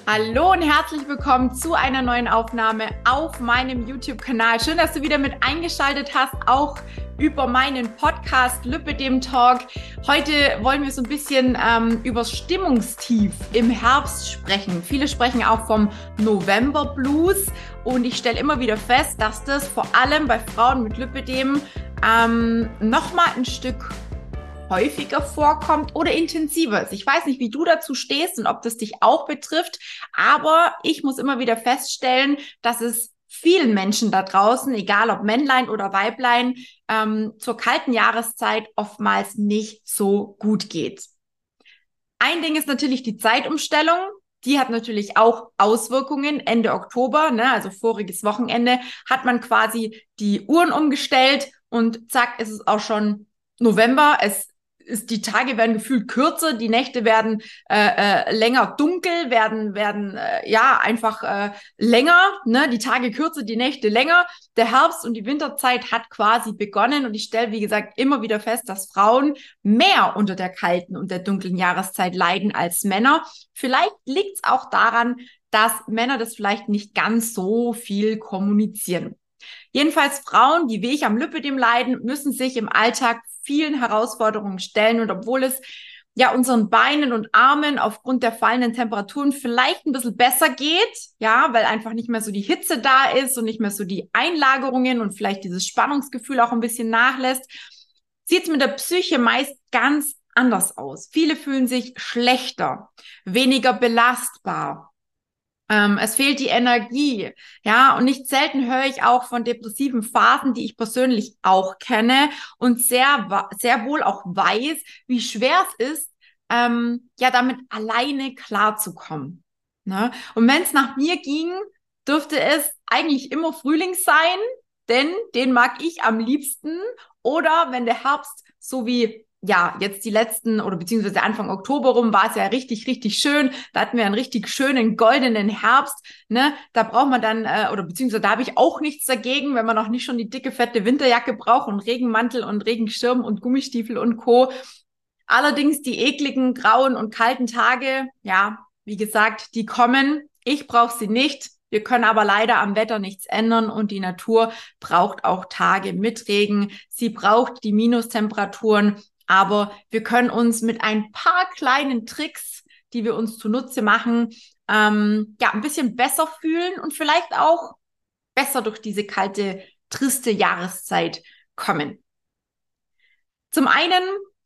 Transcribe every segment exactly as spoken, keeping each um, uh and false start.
Hallo und herzlich willkommen zu einer neuen Aufnahme auf meinem YouTube-Kanal. Schön, dass du wieder mit eingeschaltet hast, auch über meinen Podcast Lipidem Talk. Heute wollen wir so ein bisschen ähm, über Stimmungstief im Herbst sprechen. Viele sprechen auch vom November Blues und ich stelle immer wieder fest, dass das vor allem bei Frauen mit Lipidem ähm, nochmal ein Stück häufiger vorkommt oder intensiver ist. Ich weiß nicht, wie du dazu stehst und ob das dich auch betrifft, aber ich muss immer wieder feststellen, dass es vielen Menschen da draußen, egal ob Männlein oder Weiblein, ähm, zur kalten Jahreszeit oftmals nicht so gut geht. Ein Ding ist natürlich die Zeitumstellung. Die hat natürlich auch Auswirkungen. Ende Oktober, ne, also voriges Wochenende, hat man quasi die Uhren umgestellt und zack, ist es auch schon November. Es ist, die Tage werden gefühlt kürzer, die Nächte werden äh, äh, länger dunkel, werden werden äh, ja einfach äh, länger, ne, die Tage kürzer, die Nächte länger. Der Herbst und die Winterzeit hat quasi begonnen und ich stelle, wie gesagt, immer wieder fest, dass Frauen mehr unter der kalten und der dunklen Jahreszeit leiden als Männer. Vielleicht liegt es auch daran, dass Männer das vielleicht nicht ganz so viel kommunizieren. Jedenfalls Frauen, die wie ich am Lipidem leiden, müssen sich im Alltag vielen Herausforderungen stellen. Und obwohl es ja unseren Beinen und Armen aufgrund der fallenden Temperaturen vielleicht ein bisschen besser geht, ja, weil einfach nicht mehr so die Hitze da ist und nicht mehr so die Einlagerungen und vielleicht dieses Spannungsgefühl auch ein bisschen nachlässt, sieht es mit der Psyche meist ganz anders aus. Viele fühlen sich schlechter, weniger belastbar. Ähm, es fehlt die Energie, ja, und nicht selten höre ich auch von depressiven Phasen, die ich persönlich auch kenne und sehr, sehr wohl auch weiß, wie schwer es ist, ähm, ja, damit alleine klarzukommen, ne? Und wenn es nach mir ging, dürfte es eigentlich immer Frühling sein, denn den mag ich am liebsten. Oder wenn der Herbst so wie ja, jetzt die letzten oder beziehungsweise Anfang Oktober rum war es ja richtig, richtig schön. Da hatten wir einen richtig schönen goldenen Herbst, ne? Da braucht man dann, äh, oder beziehungsweise da habe ich auch nichts dagegen, wenn man noch nicht schon die dicke, fette Winterjacke braucht und Regenmantel und Regenschirm und Gummistiefel und Co. Allerdings die ekligen, grauen und kalten Tage, ja, wie gesagt, die kommen. Ich brauche sie nicht. Wir können aber leider am Wetter nichts ändern und die Natur braucht auch Tage mit Regen. Sie braucht die Minustemperaturen. Aber wir können uns mit ein paar kleinen Tricks, die wir uns zunutze machen, ähm, ja, ein bisschen besser fühlen und vielleicht auch besser durch diese kalte, triste Jahreszeit kommen. Zum einen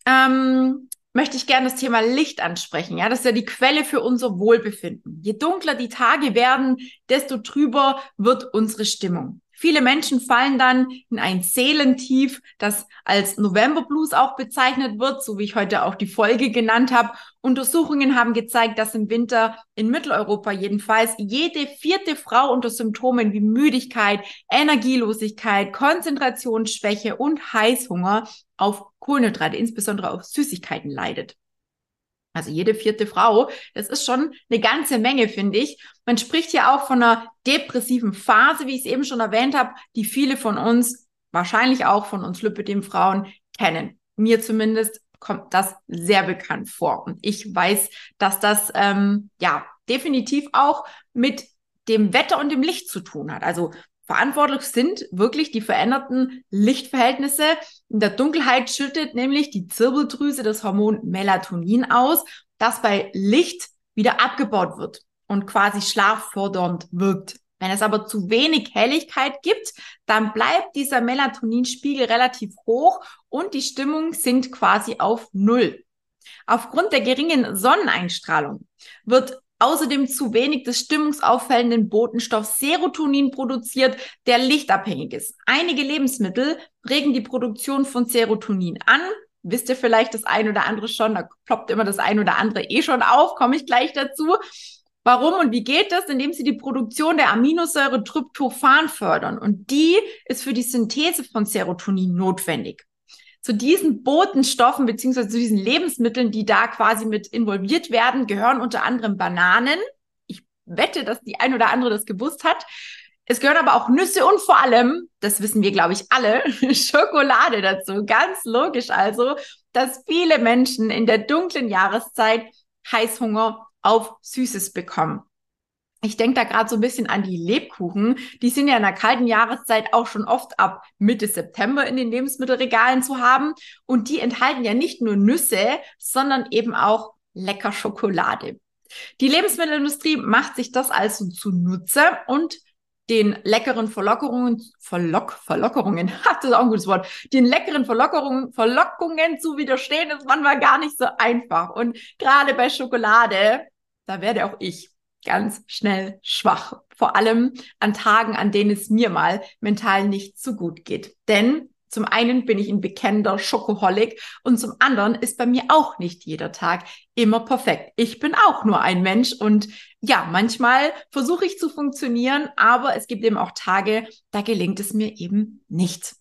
ähm, möchte ich gerne das Thema Licht ansprechen. Ja, das ist ja die Quelle für unser Wohlbefinden. Je dunkler die Tage werden, desto trüber wird unsere Stimmung. Viele Menschen fallen dann in ein Seelentief, das als November Blues auch bezeichnet wird, so wie ich heute auch die Folge genannt habe. Untersuchungen haben gezeigt, dass im Winter in Mitteleuropa jedenfalls jede vierte Frau unter Symptomen wie Müdigkeit, Energielosigkeit, Konzentrationsschwäche und Heißhunger auf Kohlenhydrate, insbesondere auf Süßigkeiten leidet. Also jede vierte Frau, das ist schon eine ganze Menge, finde ich. Man spricht hier auch von einer depressiven Phase, wie ich es eben schon erwähnt habe, die viele von uns, wahrscheinlich auch von uns Lipidem-Frauen, kennen. Mir zumindest kommt das sehr bekannt vor. Und ich weiß, dass das ähm, ja definitiv auch mit dem Wetter und dem Licht zu tun hat. Also verantwortlich sind wirklich die veränderten Lichtverhältnisse. In der Dunkelheit schüttet nämlich die Zirbeldrüse das Hormon Melatonin aus, das bei Licht wieder abgebaut wird und quasi schlaffördernd wirkt. Wenn es aber zu wenig Helligkeit gibt, dann bleibt dieser Melatoninspiegel relativ hoch und die Stimmung sinkt quasi auf Null. Aufgrund der geringen Sonneneinstrahlung wird außerdem zu wenig des stimmungsauffällenden Botenstoffs Serotonin produziert, der lichtabhängig ist. Einige Lebensmittel regen die Produktion von Serotonin an. Wisst ihr vielleicht das ein oder andere schon? Da ploppt immer das ein oder andere eh schon auf, komme ich gleich dazu. Warum und wie geht das? Indem sie die Produktion der Aminosäure Tryptophan fördern. Und die ist für die Synthese von Serotonin notwendig. Zu diesen Botenstoffen beziehungsweise zu diesen Lebensmitteln, die da quasi mit involviert werden, gehören unter anderem Bananen. Ich wette, dass die ein oder andere das gewusst hat. Es gehören aber auch Nüsse und vor allem, das wissen wir, glaube ich, alle, Schokolade dazu. Ganz logisch also, dass viele Menschen in der dunklen Jahreszeit Heißhunger auf Süßes bekommen. Ich denke da gerade so ein bisschen an die Lebkuchen. Die sind ja in der kalten Jahreszeit auch schon oft ab Mitte September in den Lebensmittelregalen zu haben. Und die enthalten ja nicht nur Nüsse, sondern eben auch lecker Schokolade. Die Lebensmittelindustrie macht sich das also zunutze und den leckeren Verlockerungen, Verlock, Verlockerungen, das ist auch ein gutes Wort, den leckeren Verlockerungen, Verlockungen zu widerstehen, ist manchmal gar nicht so einfach. Und gerade bei Schokolade, da werde auch ich ganz schnell schwach. Vor allem an Tagen, an denen es mir mal mental nicht so gut geht. Denn zum einen bin ich ein bekennender Schokoholic und zum anderen ist bei mir auch nicht jeder Tag immer perfekt. Ich bin auch nur ein Mensch und ja, manchmal versuche ich zu funktionieren, aber es gibt eben auch Tage, da gelingt es mir eben nicht.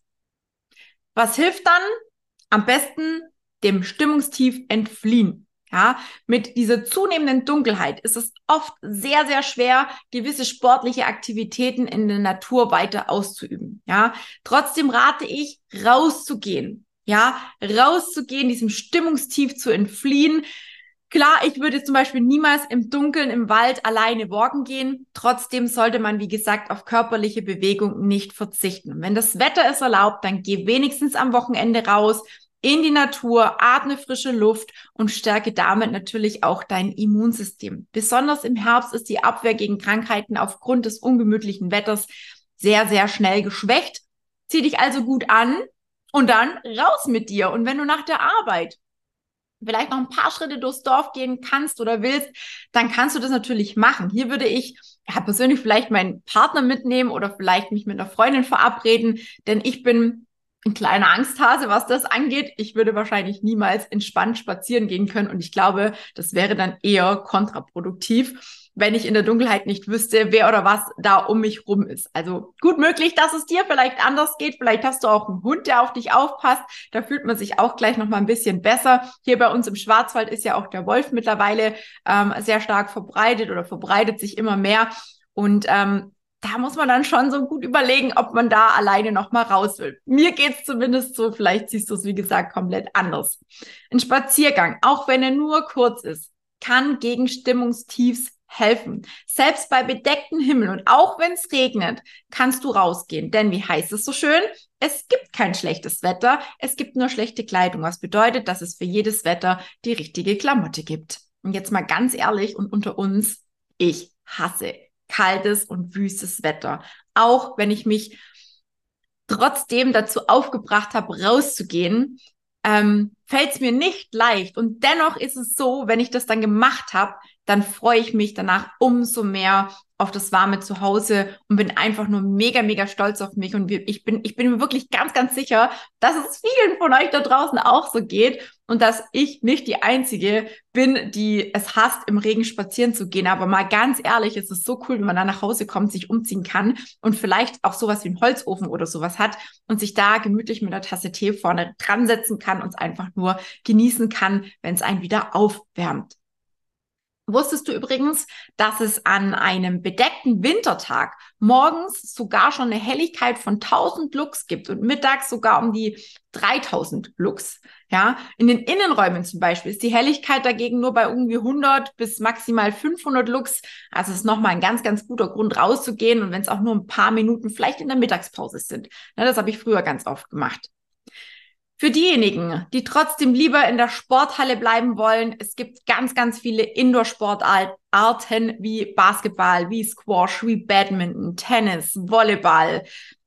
Was hilft dann? Am besten dem Stimmungstief entfliehen. Ja, mit dieser zunehmenden Dunkelheit ist es oft sehr, sehr schwer, gewisse sportliche Aktivitäten in der Natur weiter auszuüben. Ja, trotzdem rate ich, rauszugehen. Ja, rauszugehen, diesem Stimmungstief zu entfliehen. Klar, ich würde zum Beispiel niemals im Dunkeln im Wald alleine walken gehen. Trotzdem sollte man, wie gesagt, auf körperliche Bewegung nicht verzichten. Wenn das Wetter es erlaubt, dann geh wenigstens am Wochenende raus in die Natur, atme frische Luft und stärke damit natürlich auch dein Immunsystem. Besonders im Herbst ist die Abwehr gegen Krankheiten aufgrund des ungemütlichen Wetters sehr, sehr schnell geschwächt. Zieh dich also gut an und dann raus mit dir. Und wenn du nach der Arbeit vielleicht noch ein paar Schritte durchs Dorf gehen kannst oder willst, dann kannst du das natürlich machen. Hier würde ich ja, persönlich vielleicht meinen Partner mitnehmen oder vielleicht mich mit einer Freundin verabreden, denn ich bin ein kleiner Angsthase, was das angeht. Ich würde wahrscheinlich niemals entspannt spazieren gehen können und ich glaube, das wäre dann eher kontraproduktiv, wenn ich in der Dunkelheit nicht wüsste, wer oder was da um mich rum ist. Also gut möglich, dass es dir vielleicht anders geht. Vielleicht hast du auch einen Hund, der auf dich aufpasst. Da fühlt man sich auch gleich noch mal ein bisschen besser. Hier bei uns im Schwarzwald ist ja auch der Wolf mittlerweile ähm, sehr stark verbreitet oder verbreitet sich immer mehr. Und ähm, da muss man dann schon so gut überlegen, ob man da alleine noch mal raus will. Mir geht's zumindest so, vielleicht siehst du es, wie gesagt, komplett anders. Ein Spaziergang, auch wenn er nur kurz ist, kann gegen Stimmungstiefs helfen. Selbst bei bedecktem Himmel und auch wenn es regnet, kannst du rausgehen. Denn wie heißt es so schön? Es gibt kein schlechtes Wetter, es gibt nur schlechte Kleidung. Was bedeutet, dass es für jedes Wetter die richtige Klamotte gibt. Und jetzt mal ganz ehrlich und unter uns, ich hasse kaltes und wüstes Wetter. Auch wenn ich mich trotzdem dazu aufgebracht habe, rauszugehen, ähm, fällt es mir nicht leicht. Und dennoch ist es so, wenn ich das dann gemacht habe, dann freue ich mich danach umso mehr auf das warme Zuhause und bin einfach nur mega, mega stolz auf mich. Und ich bin, ich bin mir wirklich ganz, ganz sicher, dass es vielen von euch da draußen auch so geht und dass ich nicht die Einzige bin, die es hasst, im Regen spazieren zu gehen. Aber mal ganz ehrlich, es ist so cool, wenn man dann nach Hause kommt, sich umziehen kann und vielleicht auch sowas wie einen Holzofen oder sowas hat und sich da gemütlich mit einer Tasse Tee vorne dran setzen kann und es einfach nur genießen kann, wenn es einen wieder aufwärmt. Wusstest du übrigens, dass es an einem bedeckten Wintertag morgens sogar schon eine Helligkeit von tausend Lux gibt und mittags sogar um die dreitausend Lux? Ja, in den Innenräumen zum Beispiel ist die Helligkeit dagegen nur bei irgendwie hundert bis maximal fünfhundert Lux. Also es ist nochmal ein ganz, ganz guter Grund rauszugehen und wenn es auch nur ein paar Minuten vielleicht in der Mittagspause sind. Na, das habe ich früher ganz oft gemacht. Für diejenigen, die trotzdem lieber in der Sporthalle bleiben wollen, es gibt ganz, ganz viele Indoor-Sportarten wie Basketball, wie Squash, wie Badminton, Tennis, Volleyball,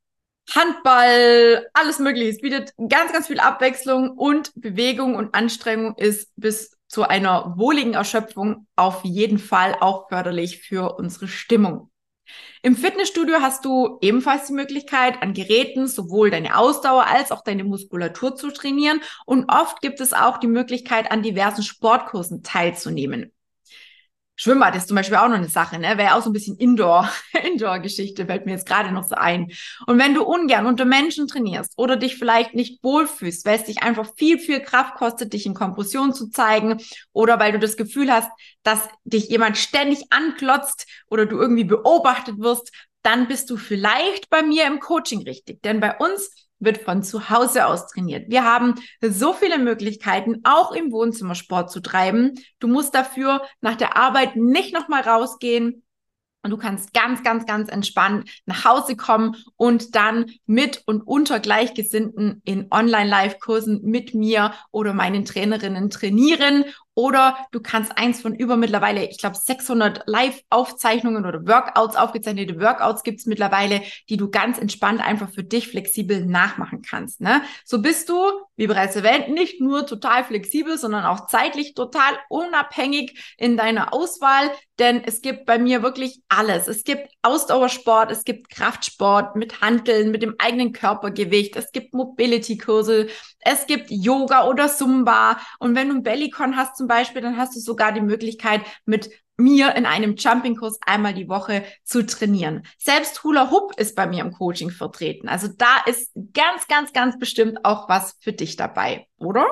Handball, alles Mögliche. Es bietet ganz, ganz viel Abwechslung und Bewegung und Anstrengung ist bis zu einer wohligen Erschöpfung auf jeden Fall auch förderlich für unsere Stimmung. Im Fitnessstudio hast du ebenfalls die Möglichkeit, an Geräten sowohl deine Ausdauer als auch deine Muskulatur zu trainieren. Und oft gibt es auch die Möglichkeit, an diversen Sportkursen teilzunehmen. Schwimmbad ist zum Beispiel auch noch eine Sache, ne? Wäre auch so ein bisschen Indoor, Indoor-Geschichte, fällt mir jetzt gerade noch so ein. Und wenn du ungern unter Menschen trainierst oder dich vielleicht nicht wohlfühlst, weil es dich einfach viel, viel Kraft kostet, dich in Kompression zu zeigen oder weil du das Gefühl hast, dass dich jemand ständig anklotzt oder du irgendwie beobachtet wirst, dann bist du vielleicht bei mir im Coaching richtig. Denn bei uns wird von zu Hause aus trainiert. Wir haben so viele Möglichkeiten, auch im Wohnzimmer Sport zu treiben. Du musst dafür nach der Arbeit nicht nochmal rausgehen Und du kannst ganz, ganz, ganz entspannt nach Hause kommen und dann mit und unter Gleichgesinnten in Online-Live-Kursen mit mir oder meinen Trainerinnen trainieren. Oder du kannst eins von über mittlerweile, ich glaube, sechshundert Live-Aufzeichnungen oder Workouts, aufgezeichnete Workouts gibt es mittlerweile, die du ganz entspannt einfach für dich flexibel nachmachen kannst. Ne? So bist du, wie bereits erwähnt, nicht nur total flexibel, sondern auch zeitlich total unabhängig in deiner Auswahl. Denn es gibt bei mir wirklich alles. Es gibt Ausdauersport, es gibt Kraftsport mit Hanteln, mit dem eigenen Körpergewicht, es gibt Mobility-Kurse, es gibt Yoga oder Zumba. Und wenn du einen Bellycon hast zum Beispiel, dann hast du sogar die Möglichkeit, mit mir in einem Jumping-Kurs einmal die Woche zu trainieren. Selbst Hula Hoop ist bei mir im Coaching vertreten. Also da ist ganz, ganz, ganz bestimmt auch was für dich dabei, oder?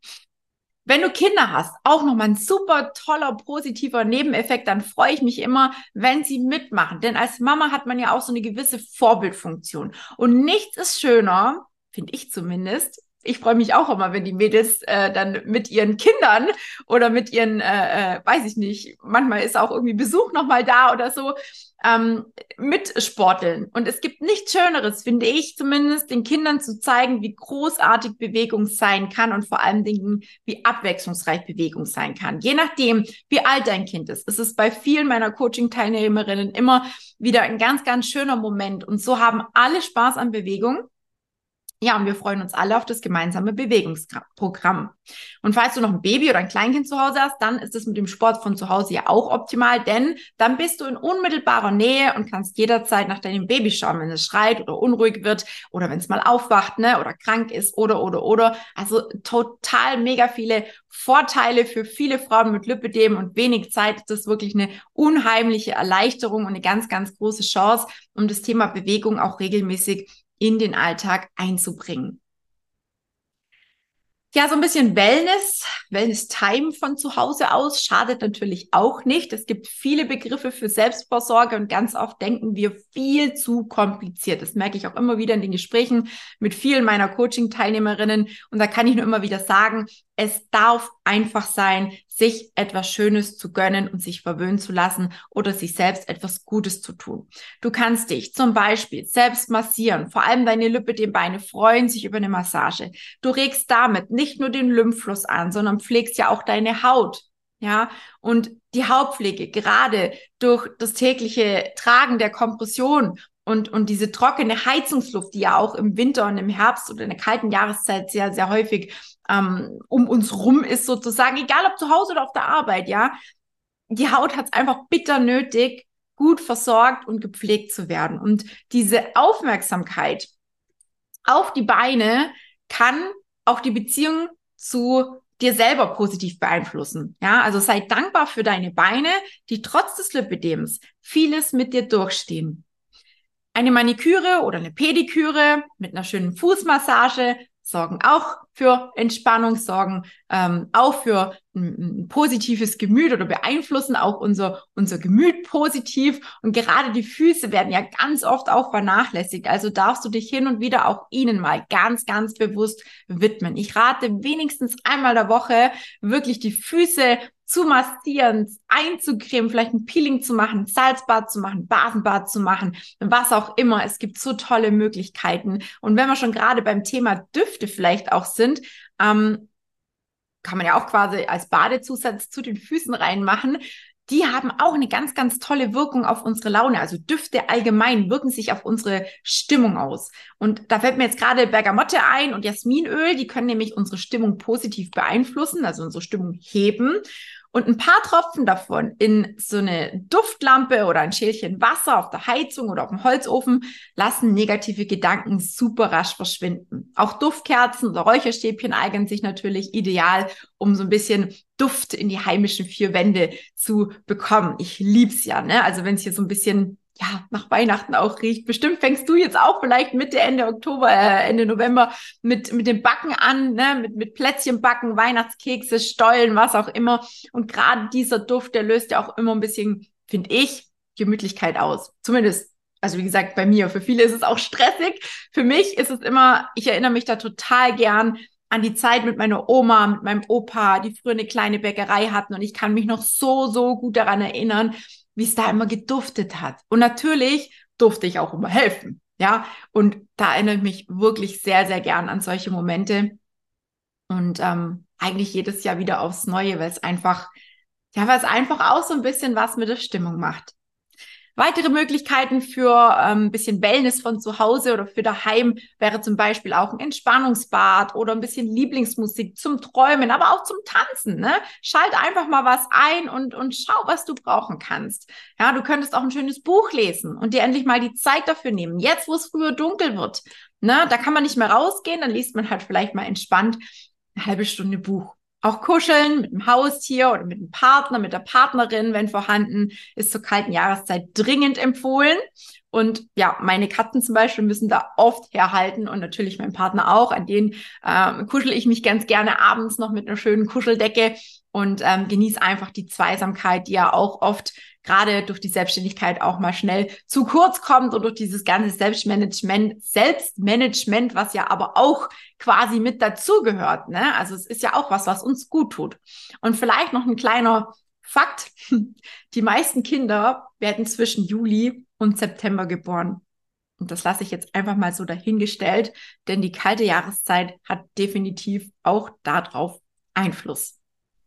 Wenn du Kinder hast, auch nochmal ein super toller, positiver Nebeneffekt, dann freue ich mich immer, wenn sie mitmachen. Denn als Mama hat man ja auch so eine gewisse Vorbildfunktion. Und nichts ist schöner, finde ich zumindest. Ich freue mich auch immer, wenn die Mädels äh, dann mit ihren Kindern oder mit ihren, äh, äh, weiß ich nicht, manchmal ist auch irgendwie Besuch nochmal da oder so, ähm, mitsporteln. Und es gibt nichts Schöneres, finde ich zumindest, den Kindern zu zeigen, wie großartig Bewegung sein kann und vor allen Dingen, wie abwechslungsreich Bewegung sein kann. Je nachdem, wie alt dein Kind ist, ist es bei vielen meiner Coaching-Teilnehmerinnen immer wieder ein ganz, ganz schöner Moment. Und so haben alle Spaß an Bewegung. Ja, und wir freuen uns alle auf das gemeinsame Bewegungsprogramm. Und falls du noch ein Baby oder ein Kleinkind zu Hause hast, dann ist es mit dem Sport von zu Hause ja auch optimal, denn dann bist du in unmittelbarer Nähe und kannst jederzeit nach deinem Baby schauen, wenn es schreit oder unruhig wird oder wenn es mal aufwacht, ne, oder krank ist oder, oder, oder. Also total mega viele Vorteile für viele Frauen mit Lipödem und wenig Zeit. Das ist wirklich eine unheimliche Erleichterung und eine ganz, ganz große Chance, um das Thema Bewegung auch regelmäßig in den Alltag einzubringen. Ja, so ein bisschen Wellness, Wellness-Time von zu Hause aus schadet natürlich auch nicht. Es gibt viele Begriffe für Selbstvorsorge und ganz oft denken wir viel zu kompliziert. Das merke ich auch immer wieder in den Gesprächen mit vielen meiner Coaching-Teilnehmerinnen. Und da kann ich nur immer wieder sagen, es darf einfach sein, sich etwas Schönes zu gönnen und sich verwöhnen zu lassen oder sich selbst etwas Gutes zu tun. Du kannst dich zum Beispiel selbst massieren. Vor allem deine Lipödem-Beine freuen sich über eine Massage. Du regst damit nicht nur den Lymphfluss an, sondern pflegst ja auch deine Haut. Ja, und die Hautpflege, gerade durch das tägliche Tragen der Kompression und, und diese trockene Heizungsluft, die ja auch im Winter und im Herbst oder in der kalten Jahreszeit sehr, sehr häufig ähm, um uns rum ist sozusagen, egal ob zu Hause oder auf der Arbeit, ja. Die Haut hat es einfach bitter nötig, gut versorgt und gepflegt zu werden. Und diese Aufmerksamkeit auf die Beine kann auch die Beziehung zu dir selber positiv beeinflussen. Ja, also sei dankbar für deine Beine, die trotz des Lipödems vieles mit dir durchstehen. Eine Maniküre oder eine Pediküre mit einer schönen Fußmassage sorgen auch für Entspannung, sorgen ähm, auch für ein, ein positives Gemüt oder beeinflussen auch unser, unser Gemüt positiv. Und gerade die Füße werden ja ganz oft auch vernachlässigt. Also darfst du dich hin und wieder auch ihnen mal ganz, ganz bewusst widmen. Ich rate wenigstens einmal der Woche wirklich die Füße zu massieren, einzucremen, vielleicht ein Peeling zu machen, ein Salzbad zu machen, Basenbad zu machen, was auch immer. Es gibt so tolle Möglichkeiten. Und wenn wir schon gerade beim Thema Düfte vielleicht auch sind, ähm, kann man ja auch quasi als Badezusatz zu den Füßen reinmachen. Die haben auch eine ganz, ganz tolle Wirkung auf unsere Laune. Also Düfte allgemein wirken sich auf unsere Stimmung aus. Und da fällt mir jetzt gerade Bergamotte ein und Jasminöl. Die können nämlich unsere Stimmung positiv beeinflussen, also unsere Stimmung heben. Und ein paar Tropfen davon in so eine Duftlampe oder ein Schälchen Wasser auf der Heizung oder auf dem Holzofen lassen negative Gedanken super rasch verschwinden. Auch Duftkerzen oder Räucherstäbchen eignen sich natürlich ideal, um so ein bisschen Duft in die heimischen vier Wände zu bekommen. Ich lieb's ja, ne? Also wenn es hier so ein bisschen ja, nach Weihnachten auch riecht. Bestimmt fängst du jetzt auch vielleicht Mitte, Ende Oktober, äh, Ende November mit, mit dem Backen an, ne, mit, mit Plätzchen backen, Weihnachtskekse, Stollen, was auch immer. Und gerade dieser Duft, der löst ja auch immer ein bisschen, finde ich, Gemütlichkeit aus. Zumindest, also wie gesagt, bei mir. Für viele ist es auch stressig. Für mich ist es immer, ich erinnere mich da total gern an die Zeit mit meiner Oma, mit meinem Opa, die früher eine kleine Bäckerei hatten. Und ich kann mich noch so, so gut daran erinnern, wie es da immer geduftet hat. Und natürlich durfte ich auch immer helfen. Ja, und da erinnere ich mich wirklich sehr, sehr gern an solche Momente. Und ähm, eigentlich jedes Jahr wieder aufs Neue, weil es einfach, ja, weil es einfach auch so ein bisschen was mit der Stimmung macht. Weitere Möglichkeiten für ähm, ein bisschen Wellness von zu Hause oder für daheim wäre zum Beispiel auch ein Entspannungsbad oder ein bisschen Lieblingsmusik zum Träumen, aber auch zum Tanzen. Ne? Schalt einfach mal was ein und, und schau, was du brauchen kannst. Ja, du könntest auch ein schönes Buch lesen und dir endlich mal die Zeit dafür nehmen. Jetzt, wo es früher dunkel wird, ne, da kann man nicht mehr rausgehen, dann liest man halt vielleicht mal entspannt eine halbe Stunde Buch. Auch kuscheln mit dem Haustier oder mit dem Partner, mit der Partnerin, wenn vorhanden, ist zur kalten Jahreszeit dringend empfohlen. Und ja, meine Katzen zum Beispiel müssen da oft herhalten und natürlich mein Partner auch. An denen äh, kuschel ich mich ganz gerne abends noch mit einer schönen Kuscheldecke und ähm, genieße einfach die Zweisamkeit, die ja auch oft gerade durch die Selbstständigkeit auch mal schnell zu kurz kommt und durch dieses ganze Selbstmanagement, Selbstmanagement, was ja aber auch quasi mit dazugehört, ne? Also es ist ja auch was, was uns gut tut. Und vielleicht noch ein kleiner Fakt. Die meisten Kinder werden zwischen Juli und September geboren. Und das lasse ich jetzt einfach mal so dahingestellt, denn die kalte Jahreszeit hat definitiv auch darauf Einfluss.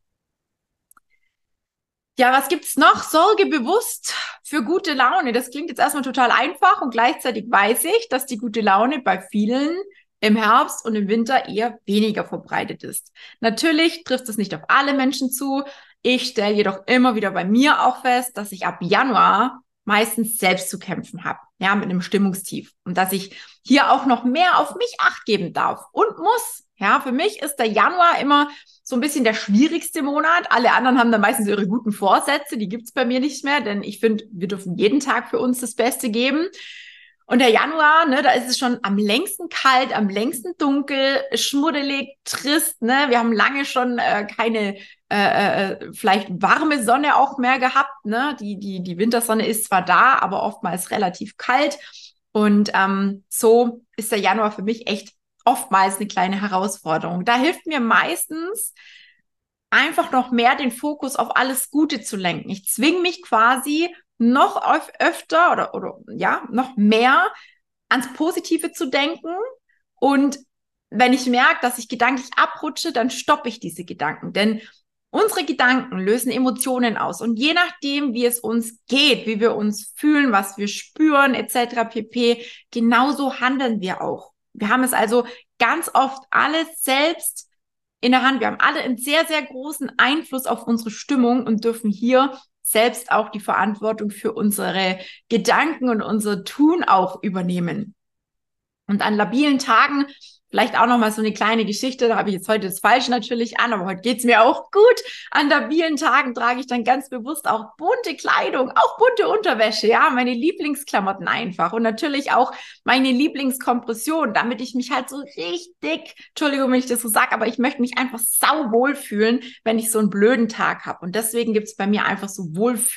Ja, was gibt's noch? Sorge bewusst für gute Laune. Das klingt jetzt erstmal total einfach und gleichzeitig weiß ich, dass die gute Laune bei vielen im Herbst und im Winter eher weniger verbreitet ist. Natürlich trifft es nicht auf alle Menschen zu. Ich stelle jedoch immer wieder bei mir auch fest, dass ich ab Januar meistens selbst zu kämpfen habe, ja, mit einem Stimmungstief und dass ich hier auch noch mehr auf mich Acht geben darf und muss. Ja, für mich ist der Januar immer so ein bisschen der schwierigste Monat. Alle anderen haben dann meistens ihre guten Vorsätze, die gibt's bei mir nicht mehr, denn ich finde, wir dürfen jeden Tag für uns das Beste geben. Und der Januar, ne, da ist es schon am längsten kalt, am längsten dunkel, schmuddelig, trist, ne? Wir haben lange schon äh, keine äh, äh, vielleicht warme Sonne auch mehr gehabt, ne? Die die die Wintersonne ist zwar da, aber oftmals relativ kalt. Und ähm, so ist der Januar für mich echt oftmals eine kleine Herausforderung. Da hilft mir meistens einfach noch mehr den Fokus auf alles Gute zu lenken. Ich zwinge mich quasi noch öfter oder, oder ja, noch mehr ans Positive zu denken. Und wenn ich merke, dass ich gedanklich abrutsche, dann stoppe ich diese Gedanken. Denn unsere Gedanken lösen Emotionen aus. Und je nachdem, wie es uns geht, wie wir uns fühlen, was wir spüren, et cetera pp., genauso handeln wir auch. Wir haben es also ganz oft alles selbst in der Hand. Wir haben alle einen sehr, sehr großen Einfluss auf unsere Stimmung und dürfen hier selbst auch die Verantwortung für unsere Gedanken und unser Tun auch übernehmen. Und an labilen Tagen, vielleicht auch nochmal so eine kleine Geschichte, da habe ich jetzt heute das Falsche natürlich an, aber heute geht's mir auch gut. An labilen Tagen trage ich dann ganz bewusst auch bunte Kleidung, auch bunte Unterwäsche, ja, meine Lieblingsklamotten einfach und natürlich auch meine Lieblingskompression, damit ich mich halt so richtig, Entschuldigung, wenn ich das so sage, aber ich möchte mich einfach sauwohl fühlen, wenn ich so einen blöden Tag habe. Und deswegen gibt's bei mir einfach so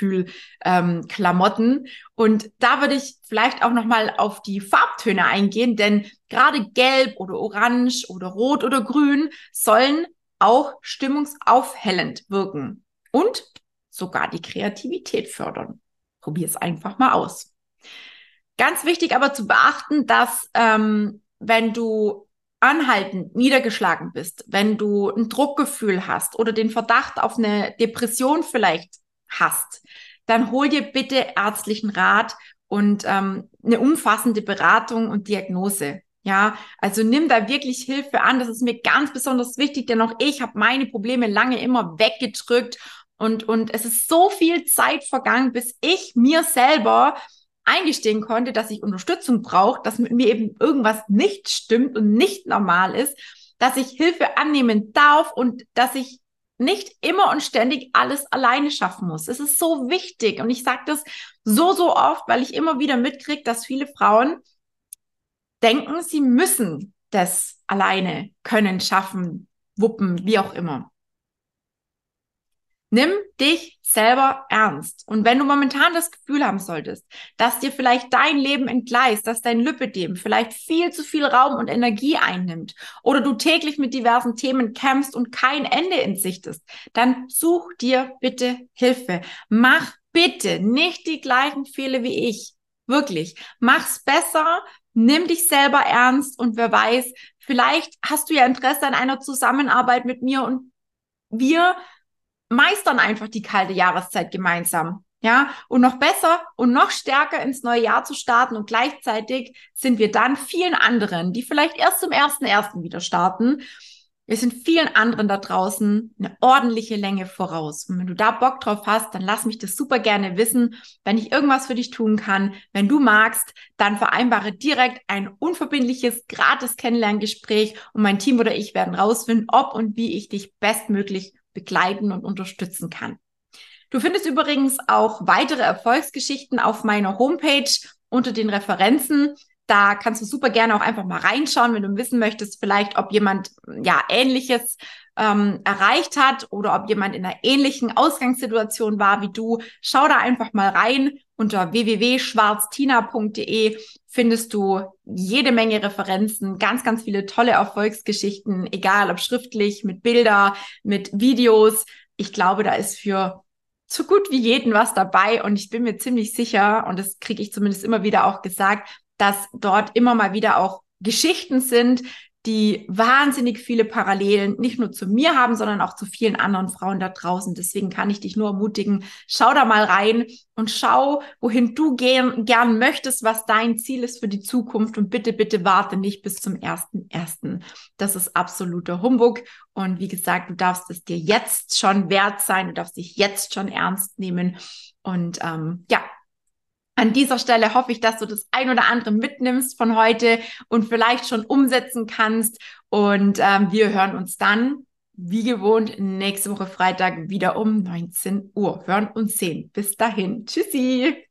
Wohlfühl-Klamotten. Ähm, und da würde ich vielleicht auch nochmal auf die Farbtöne eingehen, denn gerade gelb oder orange oder rot oder grün sollen auch stimmungsaufhellend wirken und sogar die Kreativität fördern. Probier es einfach mal aus. Ganz wichtig aber zu beachten, dass ähm, wenn du anhaltend niedergeschlagen bist, wenn du ein Druckgefühl hast oder den Verdacht auf eine Depression vielleicht hast, dann hol dir bitte ärztlichen Rat und ähm, eine umfassende Beratung und Diagnose. Ja, also nimm da wirklich Hilfe an. Das ist mir ganz besonders wichtig, denn auch ich habe meine Probleme lange immer weggedrückt und, und es ist so viel Zeit vergangen, bis ich mir selber eingestehen konnte, dass ich Unterstützung brauche, dass mit mir eben irgendwas nicht stimmt und nicht normal ist, dass ich Hilfe annehmen darf und dass ich nicht immer und ständig alles alleine schaffen muss. Es ist so wichtig und ich sage das so, so oft, weil ich immer wieder mitkriege, dass viele Frauen denken, sie müssen das alleine können, schaffen, wuppen, wie auch immer. Nimm dich selber ernst. Und wenn du momentan das Gefühl haben solltest, dass dir vielleicht dein Leben entgleist, dass dein Lipödem vielleicht viel zu viel Raum und Energie einnimmt oder du täglich mit diversen Themen kämpfst und kein Ende in Sicht ist, dann such dir bitte Hilfe. Mach bitte nicht die gleichen Fehler wie ich. Wirklich. Mach's besser, nimm dich selber ernst und wer weiß, vielleicht hast du ja Interesse an einer Zusammenarbeit mit mir und wir meistern einfach die kalte Jahreszeit gemeinsam. Ja, und noch besser und noch stärker ins neue Jahr zu starten und gleichzeitig sind wir dann vielen anderen, die vielleicht erst zum ersten ersten wieder starten, wir sind vielen anderen da draußen eine ordentliche Länge voraus. Und wenn du da Bock drauf hast, dann lass mich das super gerne wissen, wenn ich irgendwas für dich tun kann. Wenn du magst, dann vereinbare direkt ein unverbindliches, gratis Kennenlerngespräch und mein Team oder ich werden rausfinden, ob und wie ich dich bestmöglich begleiten und unterstützen kann. Du findest übrigens auch weitere Erfolgsgeschichten auf meiner Homepage unter den Referenzen. Da kannst du super gerne auch einfach mal reinschauen, wenn du wissen möchtest, vielleicht ob jemand ja Ähnliches ähm, erreicht hat oder ob jemand in einer ähnlichen Ausgangssituation war wie du. Schau da einfach mal rein. Unter w w w punkt schwarztina punkt d e findest du jede Menge Referenzen, ganz, ganz viele tolle Erfolgsgeschichten, egal ob schriftlich, mit Bilder, mit Videos. Ich glaube, da ist für so gut wie jeden was dabei und ich bin mir ziemlich sicher, und das kriege ich zumindest immer wieder auch gesagt, dass dort immer mal wieder auch Geschichten sind, die wahnsinnig viele Parallelen nicht nur zu mir haben, sondern auch zu vielen anderen Frauen da draußen. Deswegen kann ich dich nur ermutigen, schau da mal rein und schau, wohin du gern, gern möchtest, was dein Ziel ist für die Zukunft und bitte, bitte warte nicht bis zum ersten ersten. Das ist absoluter Humbug und wie gesagt, du darfst es dir jetzt schon wert sein, du darfst dich jetzt schon ernst nehmen und ähm, ja, an dieser Stelle hoffe ich, dass du das ein oder andere mitnimmst von heute und vielleicht schon umsetzen kannst. Und ähm, wir hören uns dann, wie gewohnt, nächste Woche Freitag wieder um neunzehn Uhr. Hören und sehen. Bis dahin. Tschüssi.